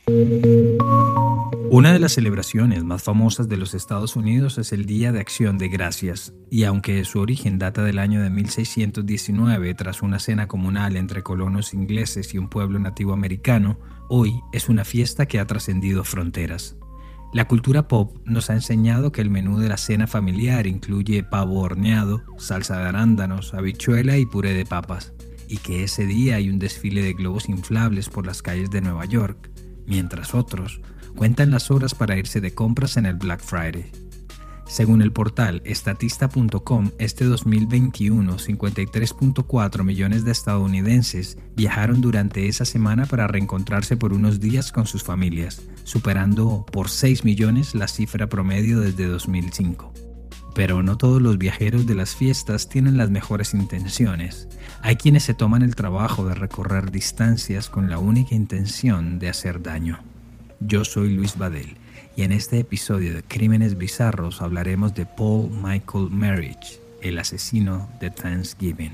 Una de las celebraciones más famosas de los Estados Unidos es el Día de Acción de Gracias, y aunque su origen data del año de 1619 tras una cena comunal entre colonos ingleses y un pueblo nativo americano, hoy es una fiesta que ha trascendido fronteras. La cultura pop nos ha enseñado que el menú de la cena familiar incluye pavo horneado, salsa de arándanos, habichuela y puré de papas, y que ese día hay un desfile de globos inflables por las calles de Nueva York, mientras otros cuentan las horas para irse de compras en el Black Friday. Según el portal Statista.com, este 2021, 53.4 millones de estadounidenses viajaron durante esa semana para reencontrarse por unos días con sus familias, superando por 6 millones la cifra promedio desde 2005. Pero no todos los viajeros de las fiestas tienen las mejores intenciones. Hay quienes se toman el trabajo de recorrer distancias con la única intención de hacer daño. Yo soy Luis Badel y en este episodio de Crímenes Bizarros hablaremos de Paul Michael Marriage, el asesino de Thanksgiving.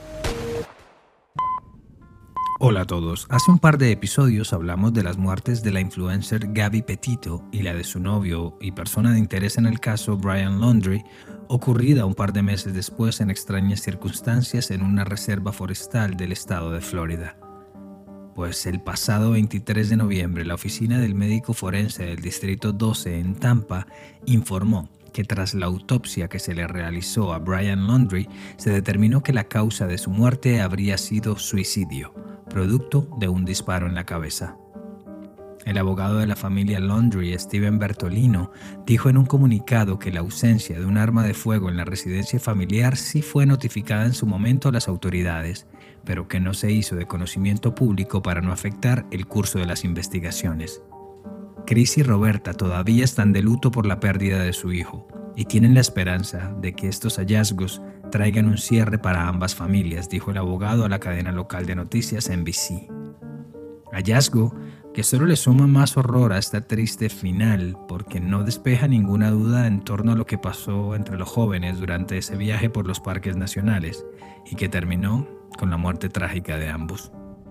Hola a todos, hace un par de episodios hablamos de las muertes de la influencer Gabby Petito y la de su novio y persona de interés en el caso Brian Laundrie, ocurrida un par de meses después en extrañas circunstancias en una reserva forestal del estado de Florida. Pues el pasado 23 de noviembre, la oficina del médico forense del Distrito 12 en Tampa informó que tras la autopsia que se le realizó a Brian Laundrie, se determinó que la causa de su muerte habría sido suicidio, producto de un disparo en la cabeza. El abogado de la familia Laundrie, Steven Bertolino, dijo en un comunicado que la ausencia de un arma de fuego en la residencia familiar sí fue notificada en su momento a las autoridades, pero que no se hizo de conocimiento público para no afectar el curso de las investigaciones. Chris y Roberta todavía están de luto por la pérdida de su hijo y tienen la esperanza de que estos hallazgos traigan un cierre para ambas familias, dijo el abogado a la cadena local de noticias NBC. Hallazgo que solo le suma más horror a esta triste final porque no despeja ninguna duda en torno a lo que pasó entre los jóvenes durante ese viaje por los parques nacionales y que terminó con la muerte trágica de ambos.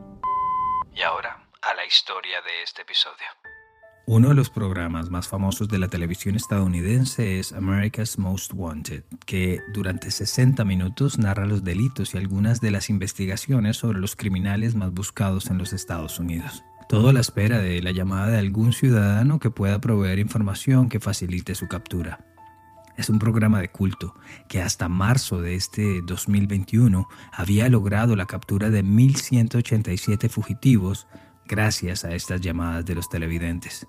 Y ahora, a la historia de este episodio. Uno de los programas más famosos de la televisión estadounidense es America's Most Wanted, que durante 60 minutos narra los delitos y algunas de las investigaciones sobre los criminales más buscados en los Estados Unidos. Todo a la espera de la llamada de algún ciudadano que pueda proveer información que facilite su captura. Es un programa de culto que hasta marzo de este 2021 había logrado la captura de 1.187 fugitivos gracias a estas llamadas de los televidentes.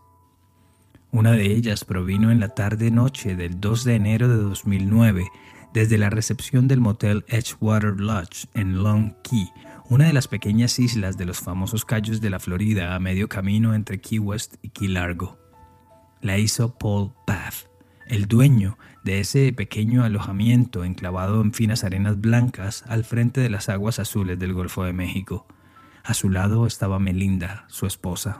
Una de ellas provino en la tarde-noche del 2 de enero de 2009 desde la recepción del motel Edgewater Lodge en Long Key, una de las pequeñas islas de los famosos cayos de la Florida a medio camino entre Key West y Key Largo. La hizo Paul Paff, el dueño de ese pequeño alojamiento enclavado en finas arenas blancas al frente de las aguas azules del Golfo de México. A su lado estaba Melinda, su esposa.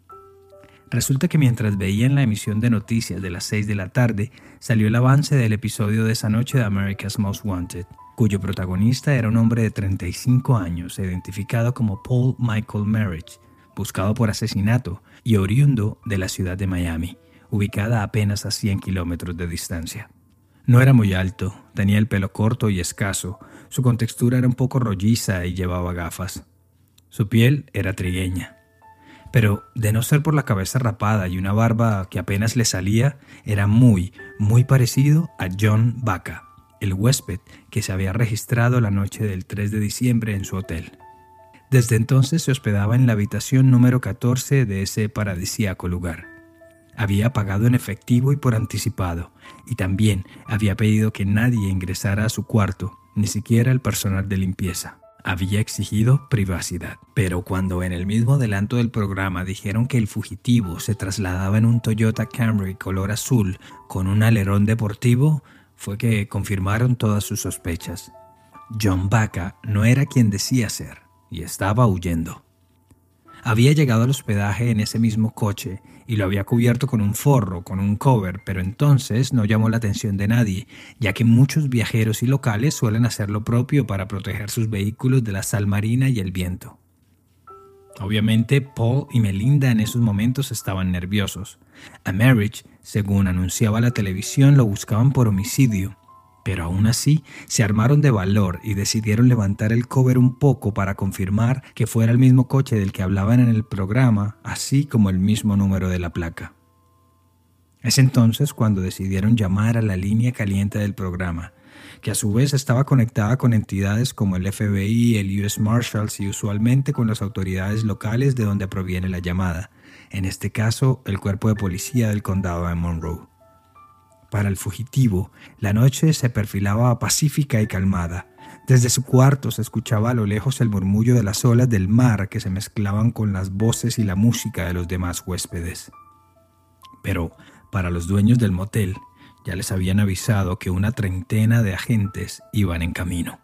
Resulta que mientras veían la emisión de noticias de las 6 de la tarde, salió el avance del episodio de esa noche de America's Most Wanted, cuyo protagonista era un hombre de 35 años, identificado como Paul Michael Marriage, buscado por asesinato y oriundo de la ciudad de Miami, ubicada apenas a 100 kilómetros de distancia. No era muy alto, tenía el pelo corto y escaso, su contextura era un poco rolliza y llevaba gafas. Su piel era trigueña. Pero, de no ser por la cabeza rapada y una barba que apenas le salía, era muy parecido a John Baca, el huésped que se había registrado la noche del 3 de diciembre en su hotel. Desde entonces se hospedaba en la habitación número 14 de ese paradisíaco lugar. Había pagado en efectivo y por anticipado, y también había pedido que nadie ingresara a su cuarto, ni siquiera el personal de limpieza. Había exigido privacidad, pero cuando en el mismo adelanto del programa dijeron que el fugitivo se trasladaba en un Toyota Camry color azul con un alerón deportivo, fue que confirmaron todas sus sospechas. John Baca no era quien decía ser y estaba huyendo. Había llegado al hospedaje en ese mismo coche y lo había cubierto con un forro, con un cover, pero entonces no llamó la atención de nadie, ya que muchos viajeros y locales suelen hacer lo propio para proteger sus vehículos de la sal marina y el viento. Obviamente, Paul y Melinda en esos momentos estaban nerviosos. A Marriage, según anunciaba la televisión, lo buscaban por homicidio. Pero aún así, se armaron de valor y decidieron levantar el cover un poco para confirmar que fuera el mismo coche del que hablaban en el programa, así como el mismo número de la placa. Es entonces cuando decidieron llamar a la línea caliente del programa, que a su vez estaba conectada con entidades como el FBI, el US Marshals y usualmente con las autoridades locales de donde proviene la llamada, en este caso el cuerpo de policía del condado de Monroe. Para el fugitivo, la noche se perfilaba pacífica y calmada. Desde su cuarto se escuchaba a lo lejos el murmullo de las olas del mar que se mezclaban con las voces y la música de los demás huéspedes. Pero para los dueños del motel, ya les habían avisado que una treintena de agentes iban en camino.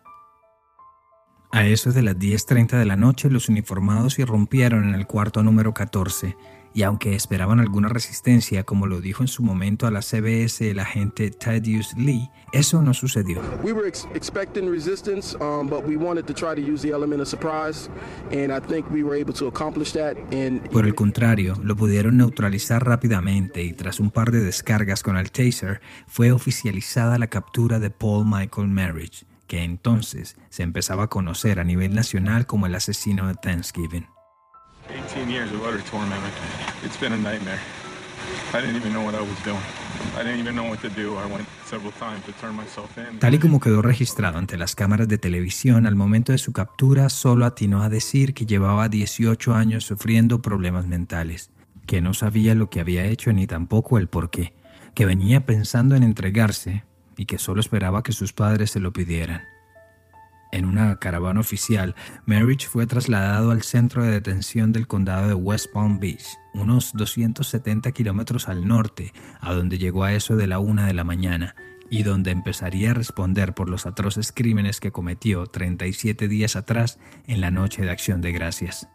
A eso de las 10:30 de la noche, los uniformados irrumpieron en el cuarto número 14, y aunque esperaban alguna resistencia, como lo dijo en su momento a la CBS el agente Thaddeus Lee, eso no sucedió. We were expecting resistance, but we wanted to try to use the element of surprise, and I think we were able to accomplish that. Por el contrario, lo pudieron neutralizar rápidamente y tras un par de descargas con el taser, fue oficializada la captura de Paul Michael Marriage, que entonces se empezaba a conocer a nivel nacional como el asesino de Thanksgiving. 18 years of utter torment. It's been a nightmare. I didn't even know what I was doing. I didn't even know what to do. I went several times to turn myself in. Tal y como quedó registrado ante las cámaras de televisión, al momento de su captura solo atinó a decir que llevaba 18 años sufriendo problemas mentales, que no sabía lo que había hecho ni tampoco el por qué, que venía pensando en entregarse y que solo esperaba que sus padres se lo pidieran. En una caravana oficial, Marriage fue trasladado al centro de detención del condado de West Palm Beach, unos 270 kilómetros al norte, a donde llegó a eso de la 1 de la mañana, y donde empezaría a responder por los atroces crímenes que cometió 37 días atrás en la noche de Acción de Gracias.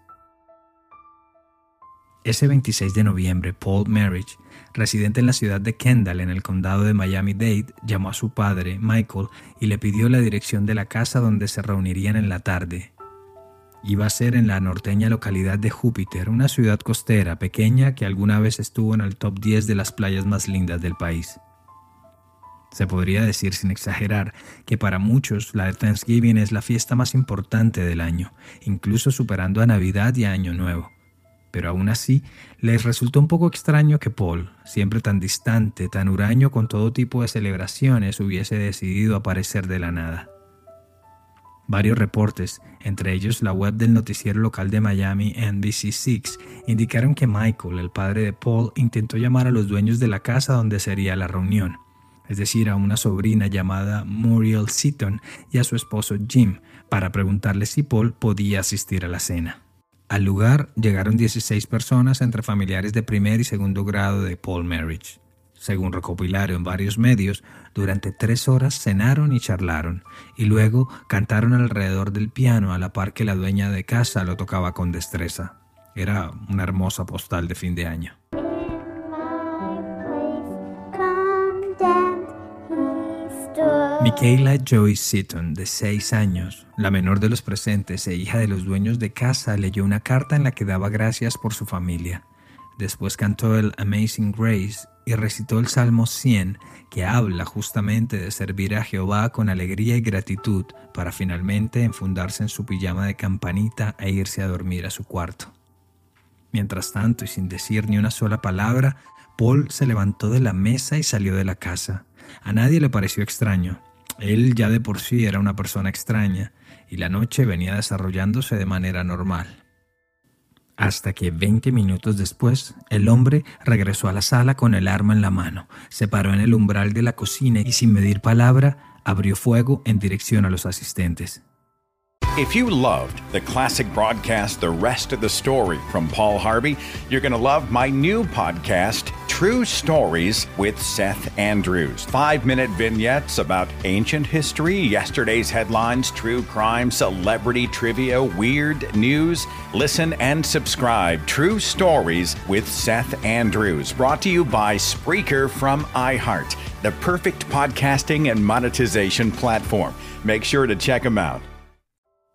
Ese 26 de noviembre, Paul Marriage, residente en la ciudad de Kendall, en el condado de Miami-Dade, llamó a su padre, Michael, y le pidió la dirección de la casa donde se reunirían en la tarde. Iba a ser en la norteña localidad de Júpiter, una ciudad costera pequeña que alguna vez estuvo en el top 10 de las playas más lindas del país. Se podría decir sin exagerar que para muchos la de Thanksgiving es la fiesta más importante del año, incluso superando a Navidad y a Año Nuevo. Pero aún así, les resultó un poco extraño que Paul, siempre tan distante, tan huraño con todo tipo de celebraciones, hubiese decidido aparecer de la nada. Varios reportes, entre ellos la web del noticiero local de Miami NBC6, indicaron que Michael, el padre de Paul, intentó llamar a los dueños de la casa donde sería la reunión, es decir, a una sobrina llamada Muriel Seaton y a su esposo Jim, para preguntarle si Paul podía asistir a la cena. Al lugar llegaron 16 personas entre familiares de primer y segundo grado de Paul Marriage. Según recopilaron varios medios, durante 3 horas cenaron y charlaron, y luego cantaron alrededor del piano a la par que la dueña de casa lo tocaba con destreza. Era una hermosa postal de fin de año. Michaela Joyce Seaton, de 6 años, la menor de los presentes e hija de los dueños de casa, leyó una carta en la que daba gracias por su familia. Después cantó el Amazing Grace y recitó el Salmo 100, que habla justamente de servir a Jehová con alegría y gratitud para finalmente enfundarse en su pijama de campanita e irse a dormir a su cuarto. Mientras tanto, y sin decir ni una sola palabra, Paul se levantó de la mesa y salió de la casa. A nadie le pareció extraño. Él ya de por sí era una persona extraña, y la noche venía desarrollándose de manera normal. Hasta que 20 minutos después, el hombre regresó a la sala con el arma en la mano, se paró en el umbral de la cocina y sin medir palabra, abrió fuego en dirección a los asistentes. If you loved the classic broadcast, The Rest of the Story from Paul Harvey, you're going to love my new podcast, True Stories with Seth Andrews. 5-minute vignettes about ancient history, yesterday's headlines, true crime, celebrity trivia, weird news. Listen and subscribe. True Stories with Seth Andrews. Brought to you by Spreaker from iHeart, the perfect podcasting and monetization platform. Make sure to check them out.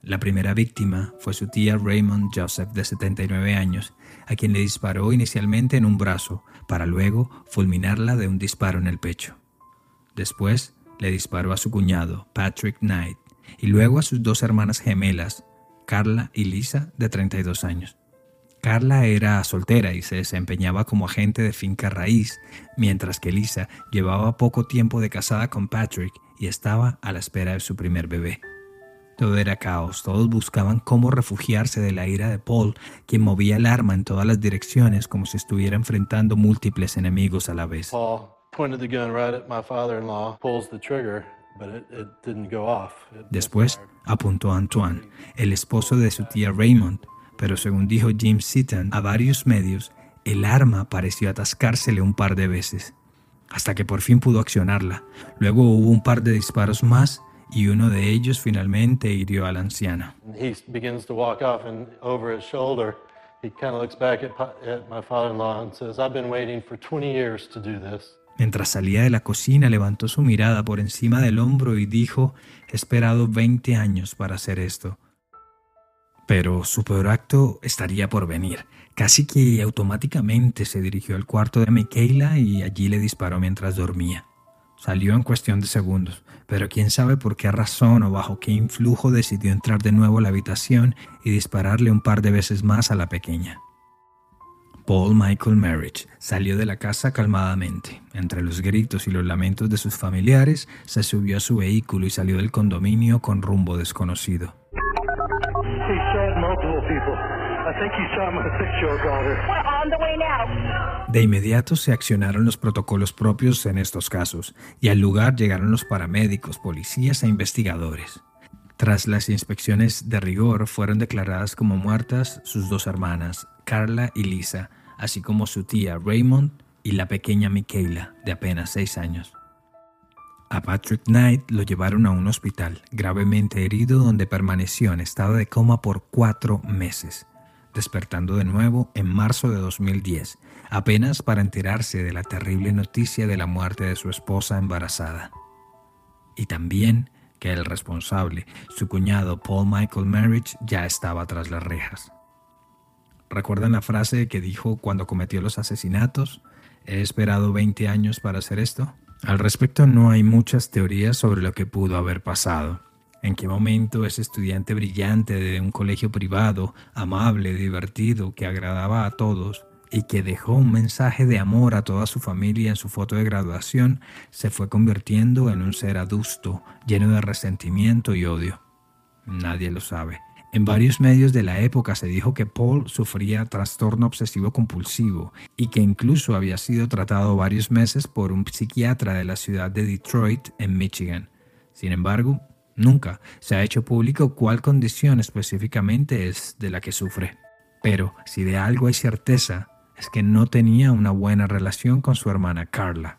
La primera víctima fue su tía Raymond Joseph, de 79 años, a quien le disparó inicialmente en un brazo, para luego fulminarla de un disparo en el pecho. Después, le disparó a su cuñado, Patrick Knight, y luego a sus dos hermanas gemelas, Carla y Lisa, de 32 años. Carla era soltera y se desempeñaba como agente de finca raíz, mientras que Lisa llevaba poco tiempo de casada con Patrick y estaba a la espera de su primer bebé. Todo era caos, todos buscaban cómo refugiarse de la ira de Paul, quien movía el arma en todas las direcciones como si estuviera enfrentando múltiples enemigos a la vez. Paul pointed the gun right at my father-in-law, pulls the trigger, but it didn't go off. Después apuntó a Antoine, el esposo de su tía Raymond, pero según dijo Jim Seaton a varios medios, el arma pareció atascársele un par de veces, hasta que por fin pudo accionarla. Luego hubo un par de disparos más y uno de ellos finalmente hirió al anciano. He begins to walk off, and over his shoulder, he kind of looks back at my father-in-law and says, "I've been waiting for 20 years to do this." Mientras salía de la cocina, levantó su mirada por encima del hombro y dijo, "He esperado 20 años para hacer esto". Pero su peor acto estaría por venir. Casi que automáticamente se dirigió al cuarto de Michaela y allí le disparó mientras dormía. Salió en cuestión de segundos, pero quién sabe por qué razón o bajo qué influjo decidió entrar de nuevo a la habitación y dispararle un par de veces más a la pequeña. Paul Michael Marriage salió de la casa calmadamente. Entre los gritos y los lamentos de sus familiares, se subió a su vehículo y salió del condominio con rumbo desconocido. De inmediato se accionaron los protocolos propios en estos casos, y al lugar llegaron los paramédicos, policías e investigadores. Tras las inspecciones de rigor, fueron declaradas como muertas sus dos hermanas, Carla y Lisa, así como su tía Raymond y la pequeña Michaela, de apenas 6 años. A Patrick Knight lo llevaron a un hospital, gravemente herido, donde permaneció en estado de coma por 4 meses, despertando de nuevo en marzo de 2010, apenas para enterarse de la terrible noticia de la muerte de su esposa embarazada. Y también que el responsable, su cuñado Paul Michael Marriage, ya estaba tras las rejas. ¿Recuerdan la frase que dijo cuando cometió los asesinatos? ¿He esperado 20 años para hacer esto? Al respecto no hay muchas teorías sobre lo que pudo haber pasado. ¿En qué momento ese estudiante brillante de un colegio privado, amable, divertido, que agradaba a todos y que dejó un mensaje de amor a toda su familia en su foto de graduación, se fue convirtiendo en un ser adusto, lleno de resentimiento y odio? Nadie lo sabe. En varios medios de la época se dijo que Paul sufría trastorno obsesivo compulsivo y que incluso había sido tratado varios meses por un psiquiatra de la ciudad de Detroit, en Michigan. Sin embargo, nunca se ha hecho público cuál condición específicamente es de la que sufre. Pero si de algo hay certeza, es que no tenía una buena relación con su hermana Carla.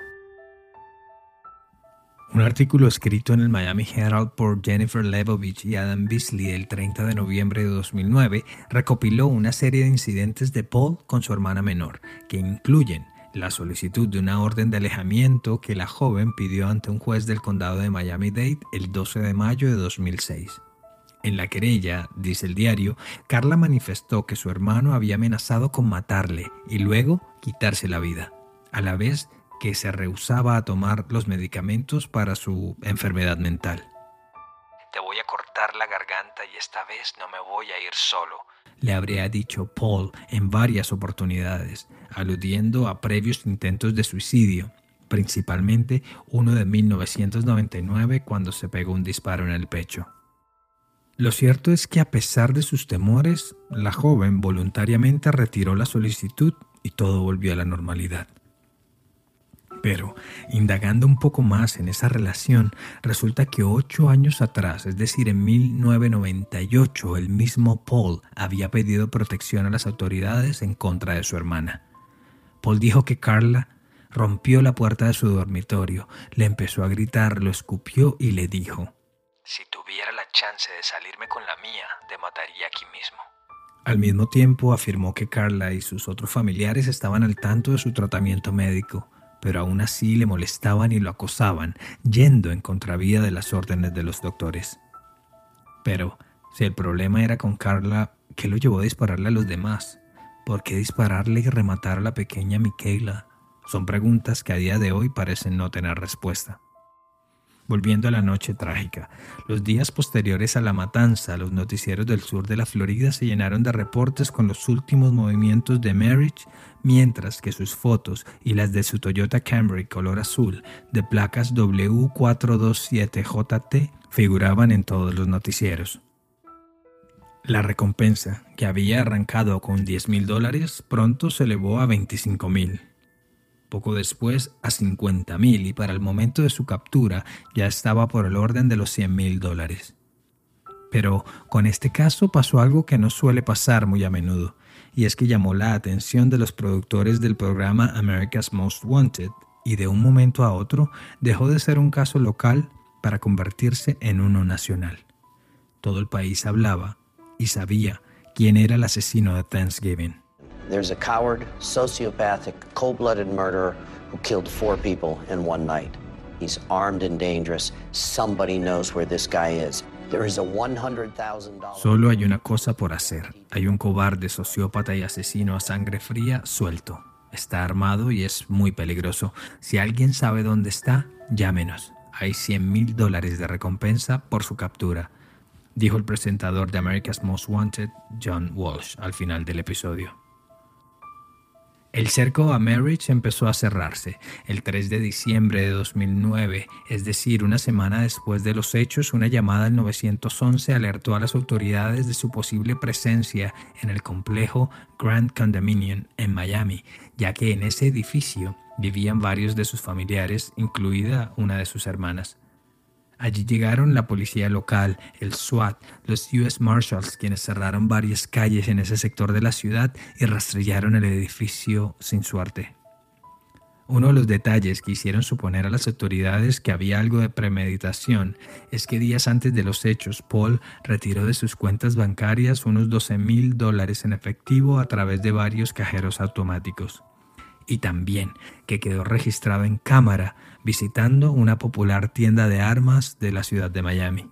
Un artículo escrito en el Miami Herald por Jennifer Lebovich y Adam Beasley el 30 de noviembre de 2009 recopiló una serie de incidentes de Paul con su hermana menor, que incluyen la solicitud de una orden de alejamiento que la joven pidió ante un juez del condado de Miami-Dade el 12 de mayo de 2006. En la querella, dice el diario, Carla manifestó que su hermano había amenazado con matarle y luego quitarse la vida, a la vez que se rehusaba a tomar los medicamentos para su enfermedad mental. Te voy a cortar la garganta y esta vez no me voy a ir solo, le habría dicho Paul en varias oportunidades, aludiendo a previos intentos de suicidio, principalmente uno de 1999 cuando se pegó un disparo en el pecho. Lo cierto es que a pesar de sus temores, la joven voluntariamente retiró la solicitud y todo volvió a la normalidad. Pero, indagando un poco más en esa relación, resulta que 8 años atrás, es decir, en 1998, el mismo Paul había pedido protección a las autoridades en contra de su hermana. Paul dijo que Carla rompió la puerta de su dormitorio, le empezó a gritar, lo escupió y le dijo: "Si tuviera la chance de salirme con la mía, te mataría aquí mismo". Al mismo tiempo, afirmó que Carla y sus otros familiares estaban al tanto de su tratamiento médico, pero aún así le molestaban y lo acosaban, yendo en contravía de las órdenes de los doctores. Pero Si el problema era con Carla, ¿qué lo llevó a dispararle a los demás? ¿Por qué dispararle y rematar a la pequeña Michaela? Son preguntas que a día de hoy parecen no tener respuesta. Volviendo a la noche trágica, los días posteriores a la matanza, los noticieros del sur de la Florida se llenaron de reportes con los últimos movimientos de Merritt, mientras que sus fotos y las de su Toyota Camry color azul de placas W427JT figuraban en todos los noticieros. La recompensa, que había arrancado con $10,000, pronto se elevó a $25,000. Poco después a $50,000 y para el momento de su captura ya estaba por el orden de los $100,000. Pero con este caso pasó algo que no suele pasar muy a menudo, y es que llamó la atención de los productores del programa America's Most Wanted y de un momento a otro dejó de ser un caso local para convertirse en uno nacional. Todo el país hablaba y sabía quién era el asesino de Thanksgiving. There's a coward, sociopathic, cold-blooded murderer who killed 4 people in one night. He's armed and dangerous. Somebody knows where this guy is. There is a $100,000... Solo hay una cosa por hacer. Hay un cobarde, sociópata y asesino a sangre fría suelto. Está armado y es muy peligroso. Si alguien sabe dónde está, llámenos. Hay $100,000 de recompensa por su captura, dijo el presentador de America's Most Wanted, John Walsh, al final del episodio. El cerco a Merritt empezó a cerrarse. El 3 de diciembre de 2009, es decir, una semana después de los hechos, una llamada al 911 alertó a las autoridades de su posible presencia en el complejo Grand Condominium en Miami, ya que en ese edificio vivían varios de sus familiares, incluida una de sus hermanas. Allí llegaron la policía local, el SWAT, los US Marshals, quienes cerraron varias calles en ese sector de la ciudad y rastrearon el edificio sin suerte. Uno de los detalles que hicieron suponer a las autoridades que había algo de premeditación es que días antes de los hechos, Paul retiró de sus cuentas bancarias unos $12,000 en efectivo a través de varios cajeros automáticos. Y también que quedó registrado en cámara visitando una popular tienda de armas de la ciudad de Miami.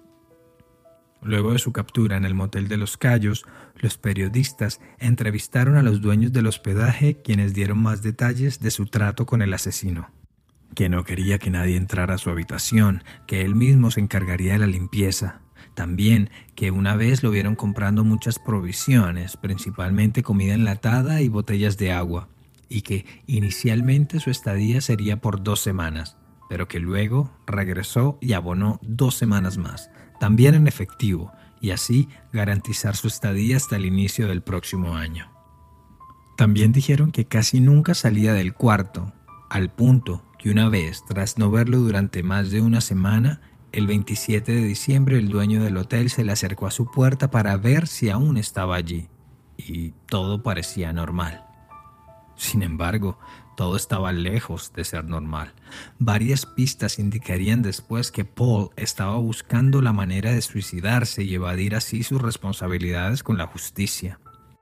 Luego de su captura en el motel de Los Cayos, los periodistas entrevistaron a los dueños del hospedaje, quienes dieron más detalles de su trato con el asesino. Que no quería que nadie entrara a su habitación, que él mismo se encargaría de la limpieza. También que una vez lo vieron comprando muchas provisiones, principalmente comida enlatada y botellas de agua, y que inicialmente su estadía sería por 2 semanas, pero que luego regresó y abonó 2 semanas más, también en efectivo, y así garantizar su estadía hasta el inicio del próximo año. También dijeron que casi nunca salía del cuarto, al punto que una vez, tras no verlo durante más de una semana, el 27 de diciembre el dueño del hotel se le acercó a su puerta para ver si aún estaba allí, y todo parecía normal. Sin embargo, todo estaba lejos de ser normal. Varias pistas indicarían después que Paul estaba buscando la manera de suicidarse y evadir así sus responsabilidades con la justicia.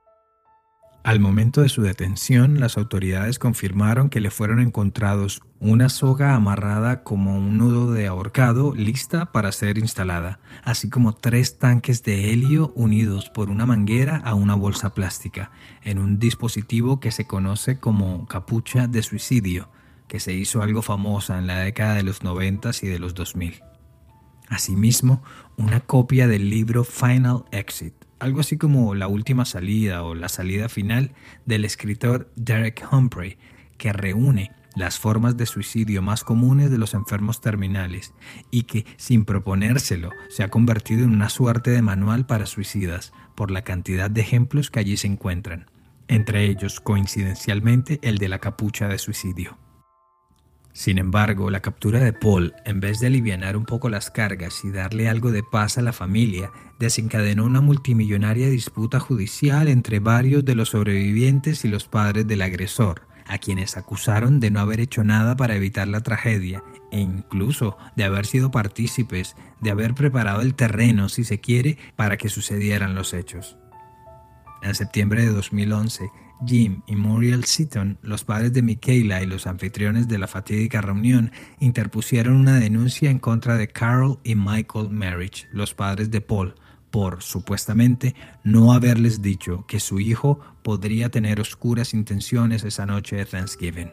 Al momento de su detención, las autoridades confirmaron que le fueron encontrados una soga amarrada como un nudo de ahorcado lista para ser instalada, así como 3 tanques de helio unidos por una manguera a una bolsa plástica, en un dispositivo que se conoce como capucha de suicidio, que se hizo algo famosa en la década de los 90 y de los 2000. Asimismo, una copia del libro Final Exit, algo así como La última salida o La salida final del escritor Derek Humphrey, que reúne las formas de suicidio más comunes de los enfermos terminales y que, sin proponérselo, se ha convertido en una suerte de manual para suicidas por la cantidad de ejemplos que allí se encuentran, entre ellos, coincidencialmente, el de la capucha de suicidio. Sin embargo, la captura de Paul, en vez de alivianar un poco las cargas y darle algo de paz a la familia, desencadenó una multimillonaria disputa judicial entre varios de los sobrevivientes y los padres del agresor, a quienes acusaron de no haber hecho nada para evitar la tragedia e incluso de haber sido partícipes, de haber preparado el terreno, si se quiere, para que sucedieran los hechos. En septiembre de 2011, Jim y Muriel Seaton, los padres de Michaela y los anfitriones de la fatídica reunión, interpusieron una denuncia en contra de Carol y Michael Merritt, los padres de Paul, por, supuestamente, no haberles dicho que su hijo podría tener oscuras intenciones esa noche de Thanksgiving.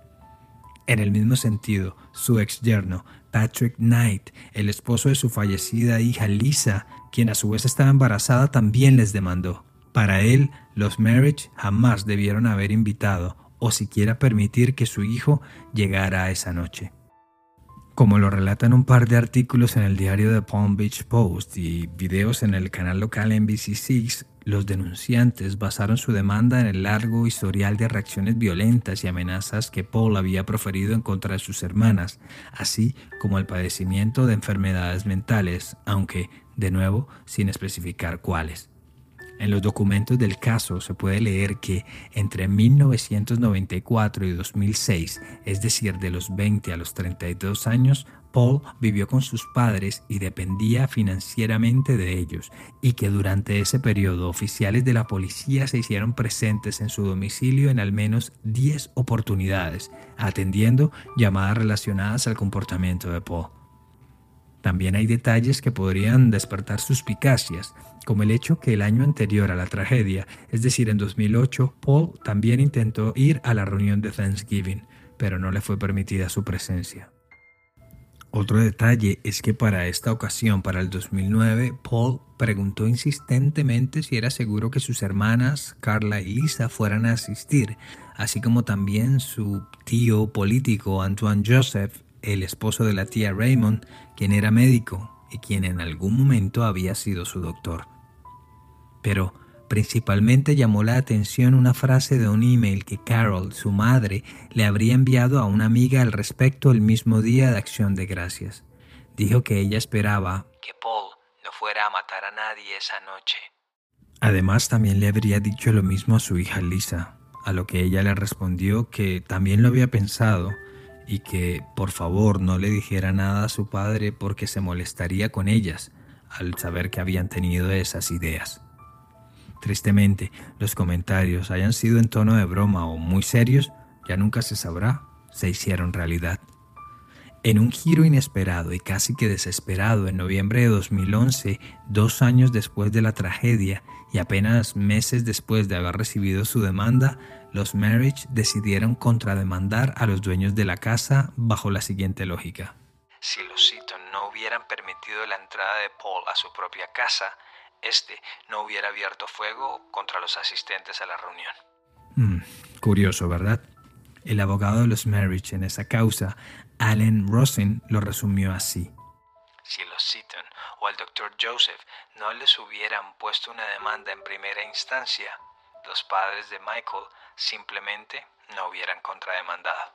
En el mismo sentido, su ex-yerno, Patrick Knight, el esposo de su fallecida hija Lisa, quien a su vez estaba embarazada, también les demandó. Para él, los Marriage jamás debieron haber invitado o siquiera permitir que su hijo llegara a esa noche. Como lo relatan un par de artículos en el diario The Palm Beach Post y videos en el canal local NBC6, los denunciantes basaron su demanda en el largo historial de reacciones violentas y amenazas que Paul había proferido en contra de sus hermanas, así como el padecimiento de enfermedades mentales, aunque, de nuevo, sin especificar cuáles. En los documentos del caso se puede leer que entre 1994 y 2006, es decir, de los 20 a los 32 años, Paul vivió con sus padres y dependía financieramente de ellos, y que durante ese periodo oficiales de la policía se hicieron presentes en su domicilio en al menos 10 oportunidades, atendiendo llamadas relacionadas al comportamiento de Paul. También hay detalles que podrían despertar suspicacias, como el hecho que el año anterior a la tragedia, es decir, en 2008, Paul también intentó ir a la reunión de Thanksgiving, pero no le fue permitida su presencia. Otro detalle es que para esta ocasión, para el 2009, Paul preguntó insistentemente si era seguro que sus hermanas, Carla y Lisa, fueran a asistir, así como también su tío político Antoine Joseph, el esposo de la tía Raymond, quien era médico y quien en algún momento había sido su doctor. Pero principalmente llamó la atención una frase de un email que Carol, su madre, le habría enviado a una amiga al respecto el mismo día de Acción de Gracias. Dijo que ella esperaba que Paul no fuera a matar a nadie esa noche. Además, también le habría dicho lo mismo a su hija Lisa, a lo que ella le respondió que también lo había pensado y que, por favor, no le dijera nada a su padre porque se molestaría con ellas al saber que habían tenido esas ideas. Tristemente, los comentarios, hayan sido en tono de broma o muy serios, ya nunca se sabrá, se hicieron realidad. En un giro inesperado y casi que desesperado, en noviembre de 2011, 2 años después de la tragedia y apenas meses después de haber recibido su demanda, los Marriage decidieron contrademandar a los dueños de la casa bajo la siguiente lógica. Si los Seaton no hubieran permitido la entrada de Paul a su propia casa, este no hubiera abierto fuego contra los asistentes a la reunión. Curioso, ¿verdad? El abogado de los Marriage en esa causa, Allen Rosen, lo resumió así. Si los Seaton o el Dr. Joseph no les hubieran puesto una demanda en primera instancia, los padres de Michael simplemente no hubieran contrademandado.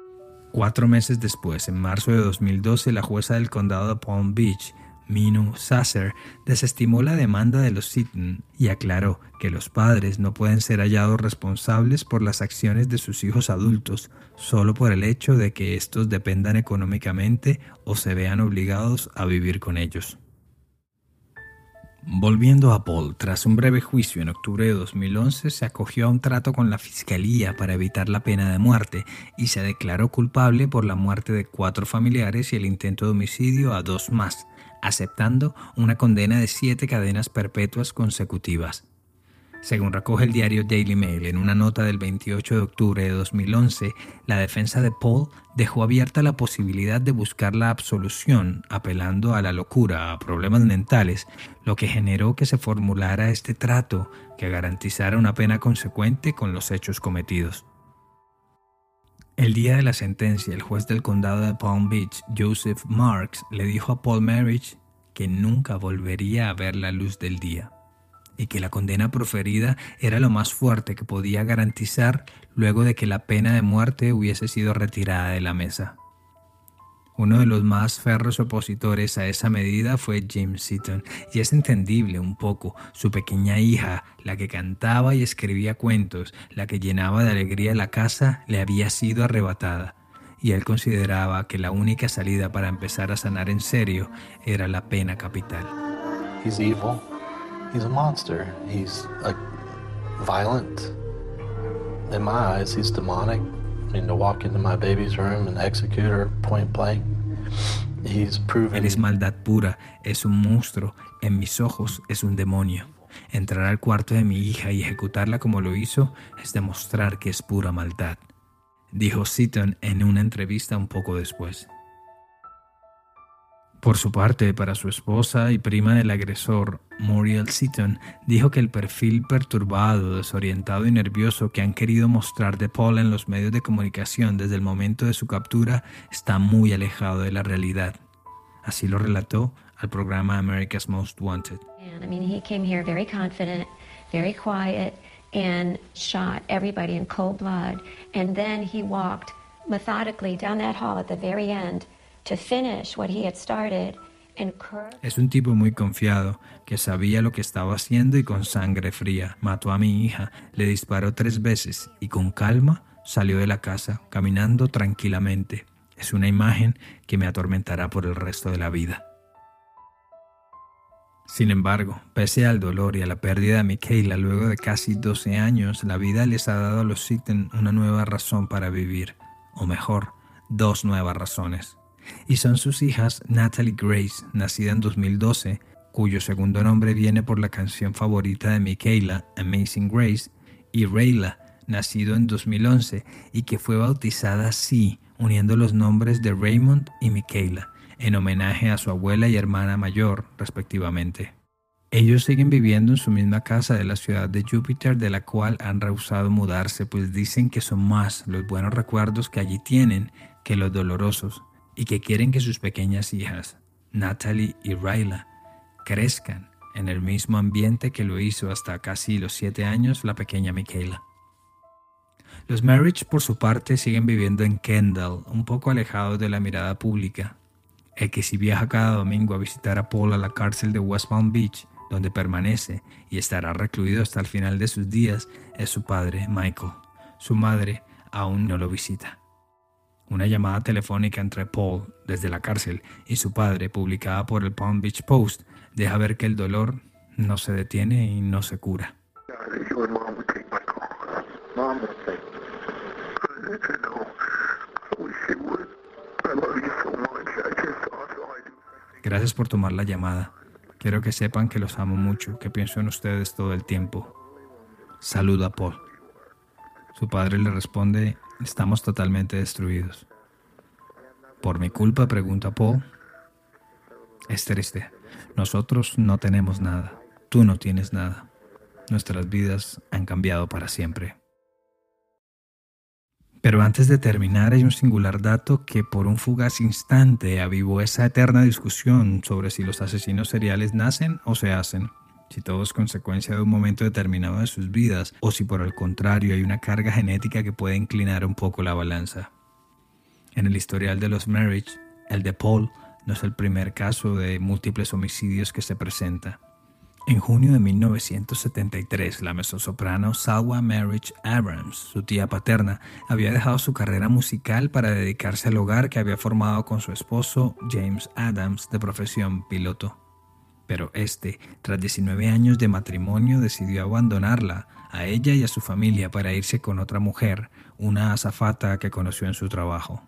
4 meses después, en marzo de 2012, la jueza del condado de Palm Beach, Minu Sasser, desestimó la demanda de los Seaton y aclaró que los padres no pueden ser hallados responsables por las acciones de sus hijos adultos solo por el hecho de que estos dependan económicamente o se vean obligados a vivir con ellos. Volviendo a Paul, tras un breve juicio en octubre de 2011, se acogió a un trato con la fiscalía para evitar la pena de muerte y se declaró culpable por la muerte de 4 familiares y el intento de homicidio a 2 más, aceptando una condena de 7 cadenas perpetuas consecutivas. Según recoge el diario Daily Mail en una nota del 28 de octubre de 2011, la defensa de Paul dejó abierta la posibilidad de buscar la absolución apelando a la locura, a problemas mentales, lo que generó que se formulara este trato que garantizara una pena consecuente con los hechos cometidos. El día de la sentencia, el juez del condado de Palm Beach, Joseph Marks, le dijo a Paul Marriage que nunca volvería a ver la luz del día y que la condena proferida era lo más fuerte que podía garantizar luego de que la pena de muerte hubiese sido retirada de la mesa. Uno de los más férreos opositores a esa medida fue Jim Seaton, y es entendible un poco. Su pequeña hija, la que cantaba y escribía cuentos, la que llenaba de alegría la casa, le había sido arrebatada, y él consideraba que la única salida para empezar a sanar en serio era la pena capital. He's evil. He's a monster. He's violent. In my eyes, he's demonic. I mean, to walk into my baby's room and execute her point blank. He's proven. Él es maldad pura, es un monstruo en mis ojos es un demonio. Entrar al cuarto de mi hija y ejecutarla como lo hizo es demostrar que es pura maldad, dijo Seaton en una entrevista un poco después. Por su parte, para su esposa y prima del agresor, Muriel Seaton, dijo que el perfil perturbado, desorientado y nervioso que han querido mostrar de Paul en los medios de comunicación desde el momento de su captura está muy alejado de la realidad. Así lo relató al programa America's Most Wanted. I mean, he came here very confident, very quiet, and shot everybody in cold blood. And then he walked methodically down that hall at the very end to finish what he had started. Es un tipo muy confiado, que sabía lo que estaba haciendo y con sangre fría mató a mi hija, le disparó 3 veces y con calma salió de la casa, caminando tranquilamente. Es una imagen que me atormentará por el resto de la vida. Sin embargo, pese al dolor y a la pérdida de Michaela luego de casi 12 años, la vida les ha dado a los Seaton una nueva razón para vivir, o mejor, 2 nuevas razones. Y son sus hijas Natalie Grace, nacida en 2012, cuyo segundo nombre viene por la canción favorita de Michaela, Amazing Grace, y Rayla, nacido en 2011 y que fue bautizada así, uniendo los nombres de Raymond y Michaela, en homenaje a su abuela y hermana mayor, respectivamente. Ellos siguen viviendo en su misma casa de la ciudad de Júpiter, de la cual han rehusado mudarse, pues dicen que son más los buenos recuerdos que allí tienen que los dolorosos, y que quieren que sus pequeñas hijas, Natalie y Rayla, crezcan en el mismo ambiente que lo hizo hasta casi los 7 años la pequeña Michaela. Los Marriage, por su parte, siguen viviendo en Kendall, un poco alejados de la mirada pública. El que sí viaja cada domingo a visitar a Paul a la cárcel de West Palm Beach, donde permanece y estará recluido hasta el final de sus días, es su padre, Michael. Su madre aún no lo visita. Una llamada telefónica entre Paul desde la cárcel y su padre, publicada por el Palm Beach Post, deja ver que el dolor no se detiene y no se cura. Gracias por tomar la llamada. Quiero que sepan que los amo mucho, que pienso en ustedes todo el tiempo. Saluda, Paul. Su padre le responde: estamos totalmente destruidos. ¿Por mi culpa?, pregunta Paul. Es triste. Nosotros no tenemos nada. Tú no tienes nada. Nuestras vidas han cambiado para siempre. Pero antes de terminar, hay un singular dato que por un fugaz instante avivó esa eterna discusión sobre si los asesinos seriales nacen o se hacen, si todo es consecuencia de un momento determinado de sus vidas, o si por el contrario hay una carga genética que puede inclinar un poco la balanza. En el historial de los Marriage, el de Paul no es el primer caso de múltiples homicidios que se presenta. En junio de 1973, la mezzosoprano Salwa Marriage Abrams, su tía paterna, había dejado su carrera musical para dedicarse al hogar que había formado con su esposo James Adams, de profesión piloto. Pero tras 19 años de matrimonio, decidió abandonarla, a ella y a su familia, para irse con otra mujer, una azafata que conoció en su trabajo.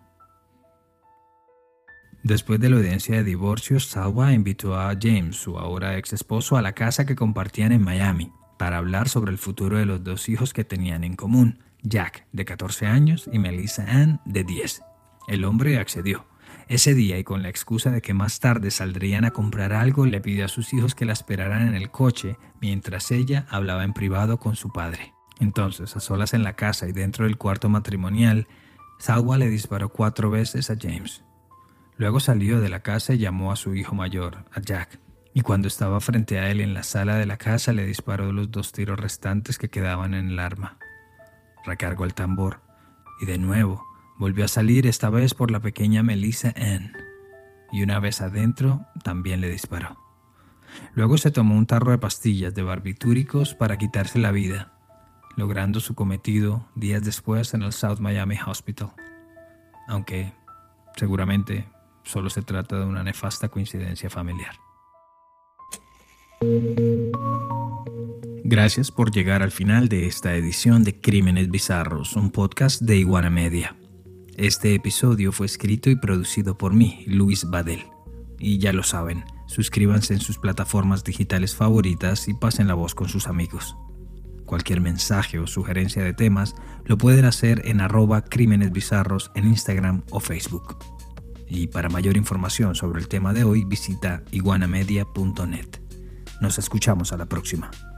Después de la audiencia de divorcio, Salwa invitó a James, su ahora ex esposo, a la casa que compartían en Miami para hablar sobre el futuro de los 2 hijos que tenían en común, Jack, de 14 años, y Melissa Ann, de 10. El hombre accedió. Ese día, y con la excusa de que más tarde saldrían a comprar algo, le pidió a sus hijos que la esperaran en el coche mientras ella hablaba en privado con su padre. Entonces, a solas en la casa y dentro del cuarto matrimonial, Salwa le disparó 4 veces a James. Luego salió de la casa y llamó a su hijo mayor, a Jack, y cuando estaba frente a él en la sala de la casa le disparó los 2 tiros restantes que quedaban en el arma. Recargó el tambor y de nuevo volvió a salir, esta vez por la pequeña Melissa Ann, y una vez adentro también le disparó. Luego se tomó un tarro de pastillas de barbitúricos para quitarse la vida, logrando su cometido días después en el South Miami Hospital, aunque seguramente solo se trata de una nefasta coincidencia familiar. Gracias por llegar al final de esta edición de Crímenes Bizarros, un podcast de Iguana Media. Este episodio fue escrito y producido por mí, Luis Badel. Y ya lo saben, Suscríbanse en sus plataformas digitales favoritas y pasen la voz con sus amigos. Cualquier mensaje o sugerencia de temas lo pueden hacer en @crímenesbizarros en Instagram o Facebook. Y para mayor información sobre el tema de hoy, visita iguanamedia.net. Nos escuchamos a la próxima.